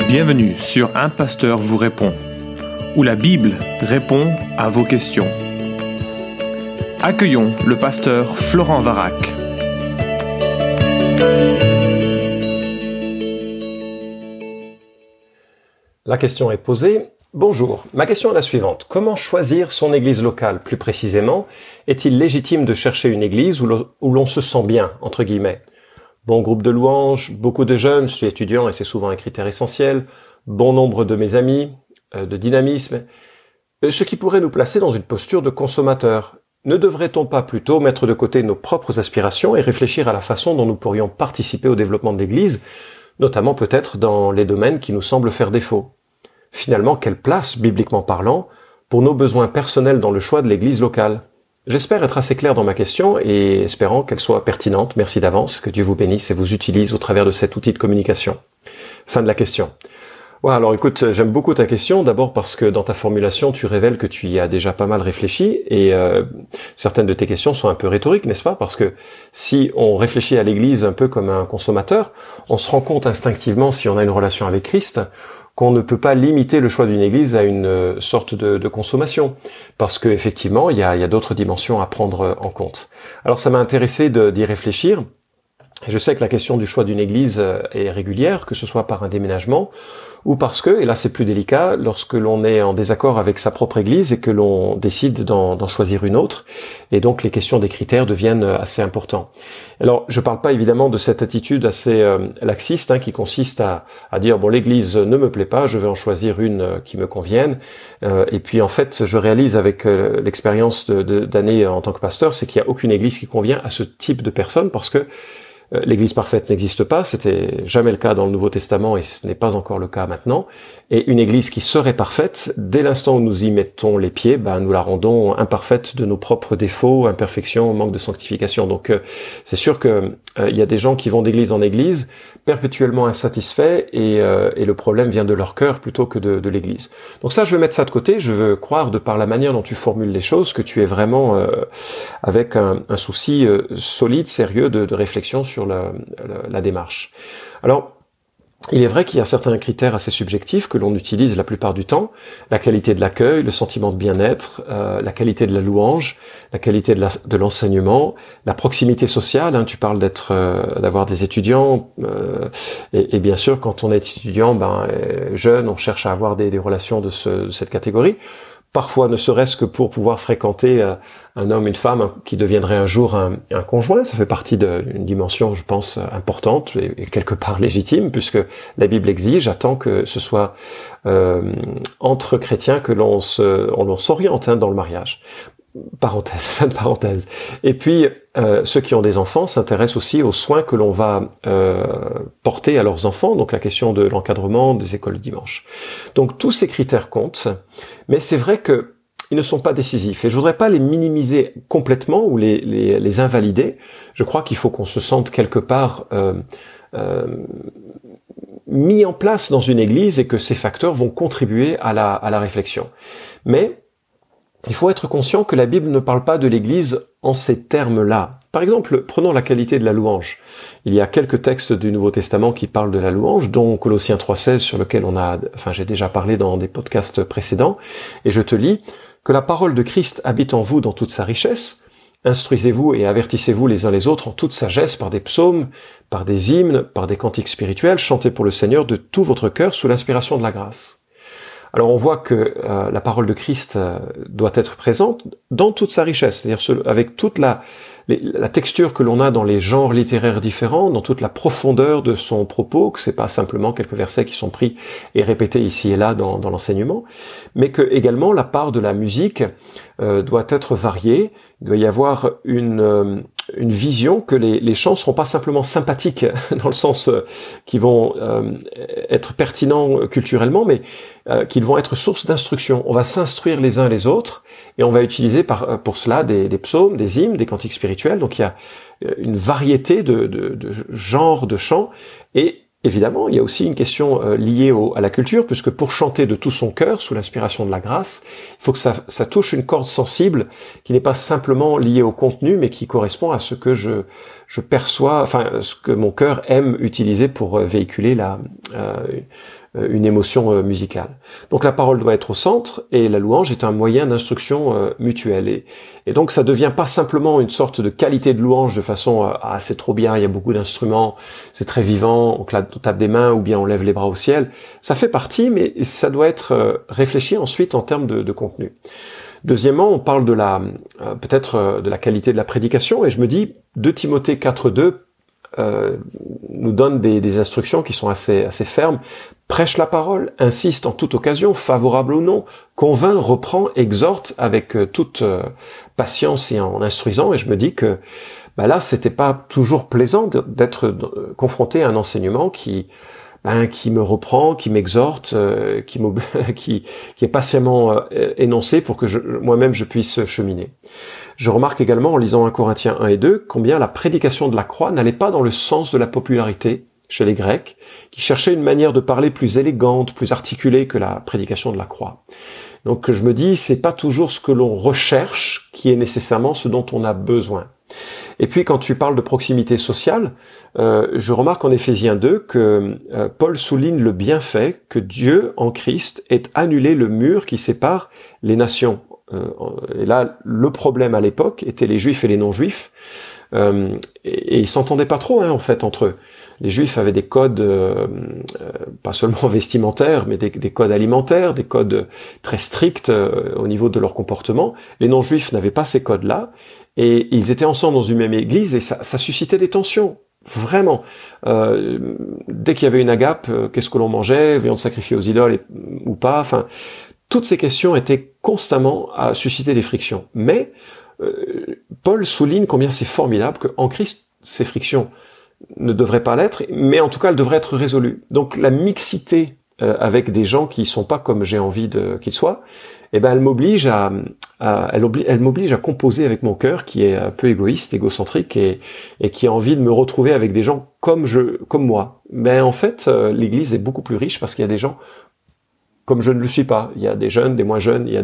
Bienvenue sur Un Pasteur vous répond, où la Bible répond à vos questions. Accueillons le pasteur Florent Varac. La question est posée. Bonjour, ma question est la suivante. Comment choisir son église locale? Plus précisément, est-il légitime de chercher une église où l'on se sent bien, entre guillemets? Bon groupe de louanges, beaucoup de jeunes, je suis étudiant et c'est souvent un critère essentiel, bon nombre de mes amis, de dynamisme, ce qui pourrait nous placer dans une posture de consommateur. Ne devrait-on pas plutôt mettre de côté nos propres aspirations et réfléchir à la façon dont nous pourrions participer au développement de l'église, notamment peut-être dans les domaines qui nous semblent faire défaut? Finalement, quelle place, bibliquement parlant, pour nos besoins personnels dans le choix de l'église locale? J'espère être assez clair dans ma question et espérant qu'elle soit pertinente. Merci d'avance, que Dieu vous bénisse et vous utilise au travers de cet outil de communication. Fin de la question. Ouais, alors écoute, j'aime beaucoup ta question, d'abord parce que dans ta formulation, tu révèles que tu y as déjà pas mal réfléchi et certaines de tes questions sont un peu rhétoriques, n'est-ce pas? Parce que si on réfléchit à l'Église un peu comme un consommateur, on se rend compte instinctivement, si on a une relation avec Christ, qu'on ne peut pas limiter le choix d'une Église à une sorte de consommation, parce que effectivement, il y a d'autres dimensions à prendre en compte. Alors ça m'a intéressé d'y réfléchir. Je sais que la question du choix d'une église est régulière, que ce soit par un déménagement ou parce que, et là c'est plus délicat, lorsque l'on est en désaccord avec sa propre église et que l'on décide d'en choisir une autre, et donc les questions des critères deviennent assez importants. Alors je parle pas évidemment de cette attitude assez laxiste qui consiste à dire bon l'église ne me plaît pas, je vais en choisir une qui me convienne, et puis en fait je réalise avec l'expérience d'années en tant que pasteur, c'est qu'il y a aucune église qui convient à ce type de personnes parce que l'église parfaite n'existe pas, c'était jamais le cas dans le Nouveau Testament et ce n'est pas encore le cas maintenant. Et une église qui serait parfaite, dès l'instant où nous y mettons les pieds, nous la rendons imparfaite de nos propres défauts, imperfections, manque de sanctification. Donc c'est sûr que il y a des gens qui vont d'église en église, perpétuellement insatisfaits et le problème vient de leur cœur plutôt que de l'église. Donc ça, je veux mettre ça de côté. Je veux croire de par la manière dont tu formules les choses que tu es vraiment avec un souci solide, sérieux de réflexion sur la démarche. Alors, il est vrai qu'il y a certains critères assez subjectifs que l'on utilise la plupart du temps. La qualité de l'accueil, le sentiment de bien-être, la qualité de la louange, la qualité de l'enseignement, la proximité sociale. Tu parles d'avoir des étudiants. Et bien sûr, quand on est étudiant, jeune, on cherche à avoir des relations de cette catégorie. Parfois, ne serait-ce que pour pouvoir fréquenter un homme, une femme qui deviendrait un jour un conjoint. Ça fait partie d'une dimension, je pense, importante et quelque part légitime, puisque la Bible exige, attend que ce soit entre chrétiens que l'on s'oriente dans le mariage. Parenthèse, fin de parenthèse. Et puis, ceux qui ont des enfants s'intéressent aussi aux soins que l'on va porter à leurs enfants, donc la question de l'encadrement des écoles le dimanche. Donc tous ces critères comptent, mais c'est vrai que ils ne sont pas décisifs. Et je voudrais pas les minimiser complètement ou les invalider. Je crois qu'il faut qu'on se sente quelque part mis en place dans une église et que ces facteurs vont contribuer à la réflexion. Mais il faut être conscient que la Bible ne parle pas de l'Église en ces termes-là. Par exemple, prenons la qualité de la louange. Il y a quelques textes du Nouveau Testament qui parlent de la louange, dont Colossiens 3,16, sur lequel j'ai déjà parlé dans des podcasts précédents, et je te lis que la parole de Christ habite en vous dans toute sa richesse. Instruisez-vous et avertissez-vous les uns les autres en toute sagesse par des psaumes, par des hymnes, par des cantiques spirituels, chantez pour le Seigneur de tout votre cœur sous l'inspiration de la grâce. Alors on voit que la parole de Christ doit être présente dans toute sa richesse, c'est-à-dire avec toute la texture que l'on a dans les genres littéraires différents, dans toute la profondeur de son propos, que c'est pas simplement quelques versets qui sont pris et répétés ici et là dans l'enseignement, mais que également la part de la musique doit être variée. Il doit y avoir une vision que les chants seront pas simplement sympathiques dans le sens qu'ils vont être pertinents culturellement, mais qu'ils vont être source d'instruction. On va s'instruire les uns les autres et on va utiliser pour cela des psaumes, des hymnes, des cantiques spirituels. Donc il y a une variété de genres de chants et Évidemment, il y a aussi une question liée à la culture, puisque pour chanter de tout son cœur, sous l'inspiration de la grâce, il faut que ça touche une corde sensible qui n'est pas simplement liée au contenu, mais qui correspond à ce que je perçois, enfin, ce que mon cœur aime utiliser pour véhiculer une émotion musicale. Donc la parole doit être au centre, et la louange est un moyen d'instruction mutuelle. Et donc ça devient pas simplement une sorte de qualité de louange de façon ah c'est trop bien, il y a beaucoup d'instruments, c'est très vivant, on tape des mains ou bien on lève les bras au ciel. Ça fait partie, mais ça doit être réfléchi ensuite en termes de contenu. Deuxièmement, on parle de peut-être de la qualité de la prédication, et je me dis 2 Timothée 4.2 nous donne des instructions qui sont assez fermes. Prêche la parole, insiste en toute occasion, favorable ou non, convainc, reprend, exhorte avec toute patience et en instruisant. Et je me dis que là, c'était pas toujours plaisant d'être confronté à un enseignement qui me reprend, qui m'exhorte, qui est patiemment énoncé pour que moi-même je puisse cheminer. Je remarque également en lisant 1 Corinthiens 1 et 2 combien la prédication de la croix n'allait pas dans le sens de la popularité chez les Grecs, qui cherchaient une manière de parler plus élégante, plus articulée que la prédication de la croix. Donc je me dis, c'est pas toujours ce que l'on recherche qui est nécessairement ce dont on a besoin. Et puis quand tu parles de proximité sociale, je remarque en Éphésiens 2 que Paul souligne le bienfait que Dieu en Christ ait annulé le mur qui sépare les nations. Et là, le problème à l'époque était les Juifs et les non-Juifs, et ils s'entendaient pas trop en fait entre eux. Les Juifs avaient des codes, pas seulement vestimentaires, mais des codes alimentaires, des codes très stricts au niveau de leur comportement. Les non-Juifs n'avaient pas ces codes-là, et ils étaient ensemble dans une même église, et ça suscitait des tensions, vraiment. Dès qu'il y avait une agape, qu'est-ce que l'on mangeait, viande sacrifiée aux idoles ou pas, enfin, toutes ces questions étaient constamment à susciter des frictions. Mais Paul souligne combien c'est formidable qu'en Christ, ces frictions ne devraient pas l'être, mais en tout cas, elles devraient être résolues. Donc la mixité avec des gens qui sont pas comme j'ai envie qu'ils soient, elle m'oblige à composer avec mon cœur qui est un peu égoïste, égocentrique et qui a envie de me retrouver avec des gens comme moi. Mais en fait, l'Église est beaucoup plus riche parce qu'il y a des gens comme je ne le suis pas. Il y a des jeunes, des moins jeunes, il y a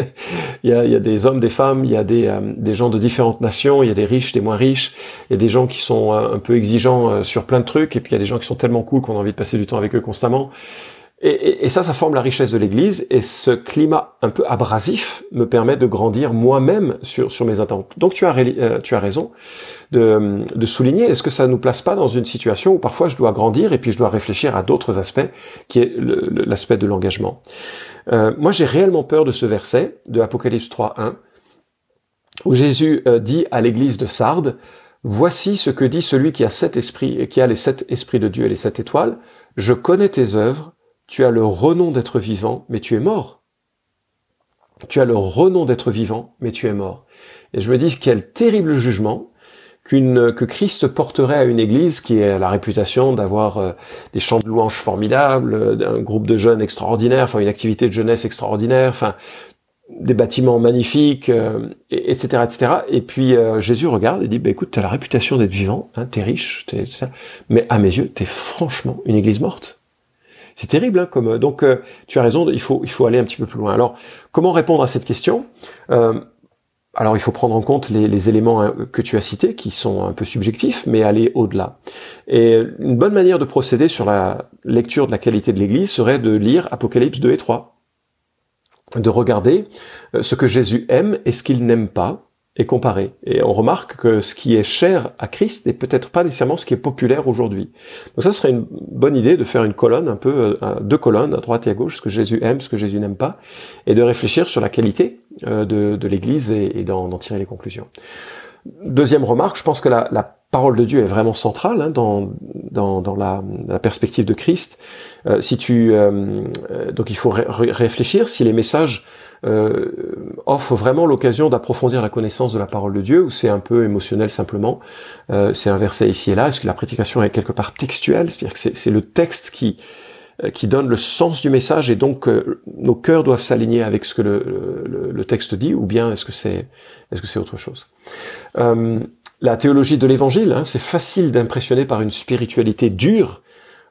des hommes, des femmes, il y a des gens de différentes nations, il y a des riches, des moins riches, il y a des gens qui sont un peu exigeants sur plein de trucs, et puis il y a des gens qui sont tellement cool qu'on a envie de passer du temps avec eux constamment. Et ça forme la richesse de l'Église, et ce climat un peu abrasif me permet de grandir moi-même sur mes attentes. Donc tu as raison de souligner, est-ce que ça nous place pas dans une situation où parfois je dois grandir et puis je dois réfléchir à d'autres aspects, qui est l'aspect de l'engagement. Moi j'ai réellement peur de ce verset de Apocalypse 3.1, où Jésus dit à l'Église de Sardes, « Voici ce que dit celui qui a 7 esprits et qui a les 7 esprits de Dieu et les 7 étoiles. Je connais tes œuvres. Tu as le renom d'être vivant, mais tu es mort. Tu as le renom d'être vivant, mais tu es mort. » Et je me dis, quel terrible jugement que Christ porterait à une église qui a la réputation d'avoir des chants de louanges formidables, un groupe de jeunes extraordinaires, enfin une activité de jeunesse extraordinaire, enfin des bâtiments magnifiques, etc., etc. Et puis Jésus regarde et dit, écoute, t'as la réputation d'être vivant, t'es riche, mais à mes yeux, t'es franchement une église morte. C'est terrible, donc tu as raison, il faut aller un petit peu plus loin. Alors, comment répondre à cette question ? Alors, il faut prendre en compte les éléments que tu as cités, qui sont un peu subjectifs, mais aller au-delà. Et une bonne manière de procéder sur la lecture de la qualité de l'Église serait de lire Apocalypse 2 et 3, de regarder ce que Jésus aime et ce qu'il n'aime pas, et comparer. Et on remarque que ce qui est cher à Christ n'est peut-être pas nécessairement ce qui est populaire aujourd'hui. Donc ça serait une bonne idée de faire une colonne, un peu 2 colonnes, à droite et à gauche, ce que Jésus aime, ce que Jésus n'aime pas, et de réfléchir sur la qualité de l'Église et d'en tirer les conclusions. Deuxième remarque, je pense que la parole de Dieu est vraiment centrale dans la perspective de Christ. Donc il faut réfléchir si les messages offrent vraiment l'occasion d'approfondir la connaissance de la parole de Dieu, ou c'est un peu émotionnel simplement. C'est un verset ici et là. Est-ce que la prédication est quelque part textuelle, c'est-à-dire que c'est le texte qui donne le sens du message, et donc nos cœurs doivent s'aligner avec ce que le texte dit, ou bien est-ce que c'est autre chose. La théologie de l'évangile, c'est facile d'impressionner par une spiritualité dure,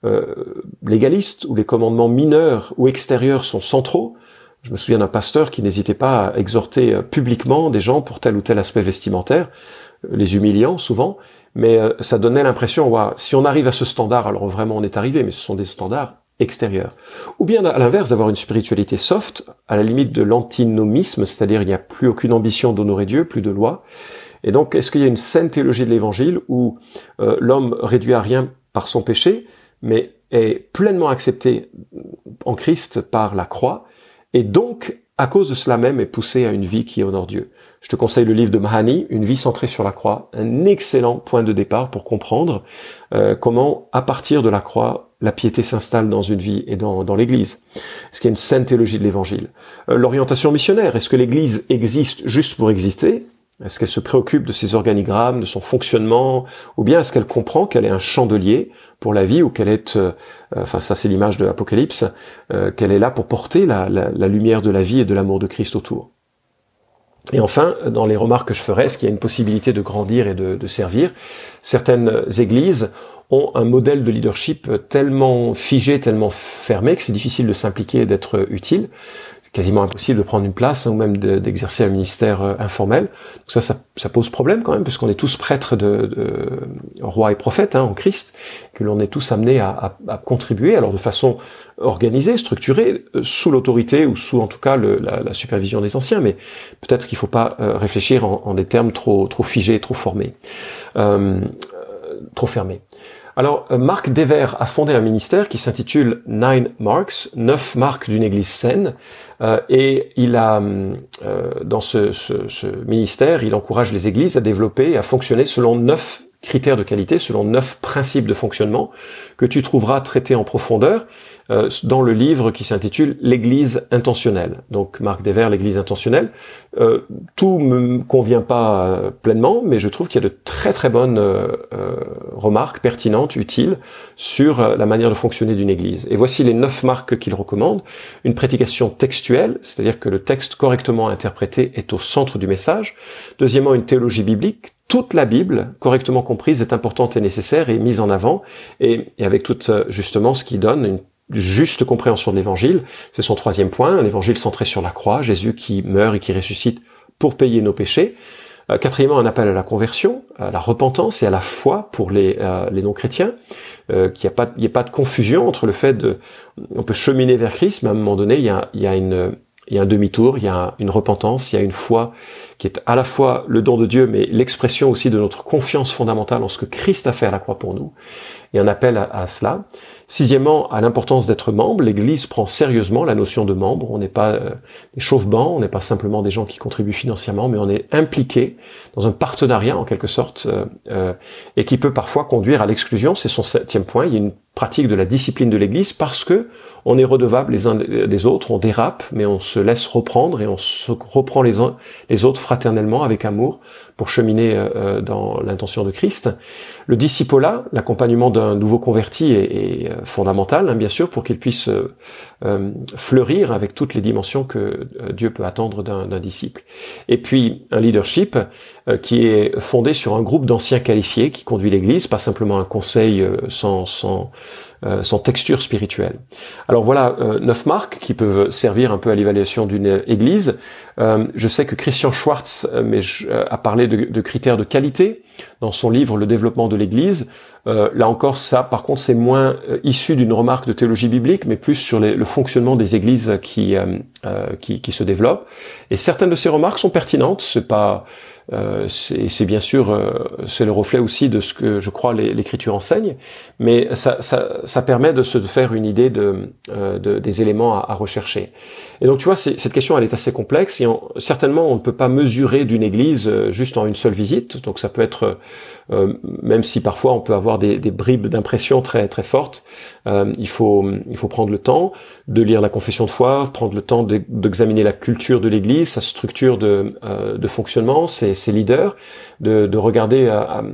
légaliste, où les commandements mineurs ou extérieurs sont centraux. Je me souviens d'un pasteur qui n'hésitait pas à exhorter publiquement des gens pour tel ou tel aspect vestimentaire, les humiliant souvent, mais ça donnait l'impression, si on arrive à ce standard, alors vraiment on est arrivé, mais ce sont des standards extérieurs. Ou bien à l'inverse, d'avoir une spiritualité soft, à la limite de l'antinomisme, c'est-à-dire il n'y a plus aucune ambition d'honorer Dieu, plus de loi. Et donc, est-ce qu'il y a une saine théologie de l'évangile où l'homme réduit à rien par son péché, mais est pleinement accepté en Christ par la croix, et donc, à cause de cela même, est poussé à une vie qui honore Dieu. Je te conseille le livre de Mahani, Une vie centrée sur la croix, un excellent point de départ pour comprendre comment, à partir de la croix, la piété s'installe dans une vie et dans l'Église. Est-ce qu'il y a une saine théologie de l'Évangile? L'orientation missionnaire, est-ce que l'Église existe juste pour exister? Est-ce qu'elle se préoccupe de ses organigrammes, de son fonctionnement, ou bien est-ce qu'elle comprend qu'elle est un chandelier pour la vie, ou qu'elle est, ça c'est l'image de l'Apocalypse, qu'elle est là pour porter la lumière de la vie et de l'amour de Christ autour. Et enfin, dans les remarques que je ferai, est-ce qu'il y a une possibilité de grandir et de servir? Certaines églises ont un modèle de leadership tellement figé, tellement fermé, que c'est difficile de s'impliquer et d'être utile. Quasiment impossible de prendre une place, ou même d'exercer un ministère informel. Donc ça pose problème quand même, puisqu'on est tous prêtres de rois et prophètes en Christ, que l'on est tous amenés à contribuer, alors de façon organisée, structurée, sous l'autorité ou sous en tout cas la supervision des anciens, mais peut-être qu'il ne faut pas réfléchir en des termes trop figés, trop formés, trop fermés. Alors, Mark Dever a fondé un ministère qui s'intitule 9 Marks, 9 marques d'une église saine, et il a, dans ce ministère, il encourage les églises à développer et à fonctionner selon 9 critères de qualité, selon 9 principes de fonctionnement que tu trouveras traités en profondeur dans le livre qui s'intitule L'Église intentionnelle. Donc Mark Dever, L'Église intentionnelle. Tout me convient pas pleinement, mais je trouve qu'il y a de très très bonnes remarques pertinentes, utiles, sur la manière de fonctionner d'une église. Et voici les 9 marques qu'il recommande. Une prédication textuelle, c'est-à-dire que le texte correctement interprété est au centre du message. Deuxièmement, une théologie biblique. Toute la Bible, correctement comprise, est importante et nécessaire et mise en avant, et avec tout justement ce qui donne une juste compréhension de l'évangile. C'est son 3e point, un évangile centré sur la croix, Jésus qui meurt et qui ressuscite pour payer nos péchés. 4e, un appel à la conversion, à la repentance et à la foi pour les non-chrétiens, qu'il n'y ait pas de confusion entre le fait on peut cheminer vers Christ, mais à un moment donné, il y a un demi-tour, il y a une repentance, il y a une foi qui est à la fois le don de Dieu, mais l'expression aussi de notre confiance fondamentale en ce que Christ a fait à la croix pour nous, et un appel à cela. 6e, à l'importance d'être membre. L'Église prend sérieusement la notion de membre. On n'est pas des chauve-bancs, on n'est pas simplement des gens qui contribuent financièrement, mais on est impliqué dans un partenariat en quelque sorte, et qui peut parfois conduire à l'exclusion. C'est son 7e point. Il y a une pratique de la discipline de l'Église parce que on est redevables les uns des autres, on dérape, mais on se laisse reprendre et on se reprend les uns les autres fraternellement avec amour pour cheminer dans l'intention de Christ. Le discipolat, l'accompagnement d'un nouveau converti est fondamental, bien sûr, pour qu'il puisse fleurir avec toutes les dimensions que Dieu peut attendre d'un disciple. Et puis un leadership qui est fondé sur un groupe d'anciens qualifiés qui conduit l'Église, pas simplement un conseil sans texture spirituelle. Alors voilà 9 marques qui peuvent servir un peu à l'évaluation d'une église. Je sais que Christian Schwartz a parlé de critères de qualité dans son livre Le développement de l'église. Là encore, ça, par contre, c'est moins issu d'une remarque de théologie biblique, mais plus sur le fonctionnement des églises qui se développent. Et certaines de ces remarques sont pertinentes. C'est bien sûr c'est le reflet aussi de ce que je crois l'Écriture enseigne, mais ça permet de se faire une idée des éléments à rechercher. Et donc tu vois, cette question elle est assez complexe et certainement on ne peut pas mesurer d'une église juste en une seule visite. Donc ça peut être même si parfois on peut avoir des bribes d'impression très très fortes, il faut prendre le temps de lire la confession de foi, prendre le temps d'examiner la culture de l'Église, sa structure de fonctionnement, ses leaders, de regarder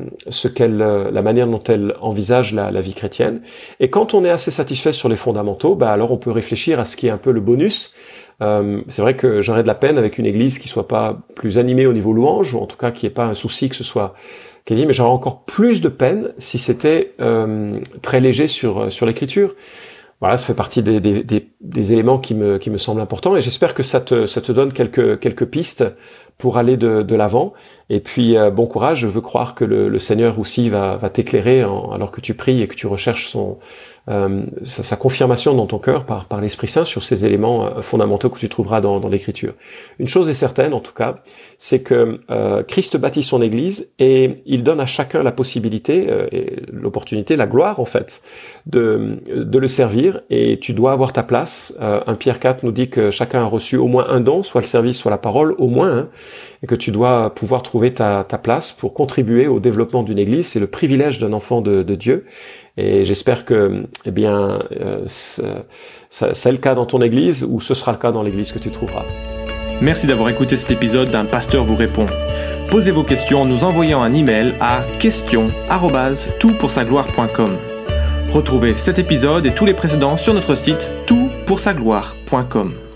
la manière dont elle envisage la vie chrétienne. Et quand on est assez satisfait sur les fondamentaux, alors on peut réfléchir à ce qui est un peu le bonus. C'est vrai que j'aurais de la peine avec une église qui soit pas plus animée au niveau louange, ou en tout cas qui ait pas un souci que ce soit Kelly, mais j'aurais encore plus de peine si c'était très léger sur l'écriture. Voilà, ça fait partie des éléments qui me semblent importants, et j'espère que ça te donne quelques pistes pour aller de l'avant. Et puis bon courage, je veux croire que le Seigneur aussi va t'éclairer alors que tu pries et que tu recherches sa confirmation dans ton cœur par l'Esprit Saint sur ces éléments fondamentaux que tu trouveras dans l'Écriture. Une chose est certaine, en tout cas, c'est que Christ bâtit son Église et il donne à chacun la possibilité, et l'opportunité, la gloire en fait, de le servir, et tu dois avoir ta place. 1 Pierre 4 nous dit que chacun a reçu au moins un don, soit le service, soit la parole, au moins, hein, et que tu dois pouvoir trouver ta place pour contribuer au développement d'une Église. C'est le privilège d'un enfant de Dieu. Et j'espère que, c'est le cas dans ton église, ou ce sera le cas dans l'église que tu trouveras. Merci d'avoir écouté cet épisode d'Un pasteur vous répond. Posez vos questions en nous envoyant un email à questions@toutpoursagloire.com. Retrouvez cet épisode et tous les précédents sur notre site toutpoursagloire.com.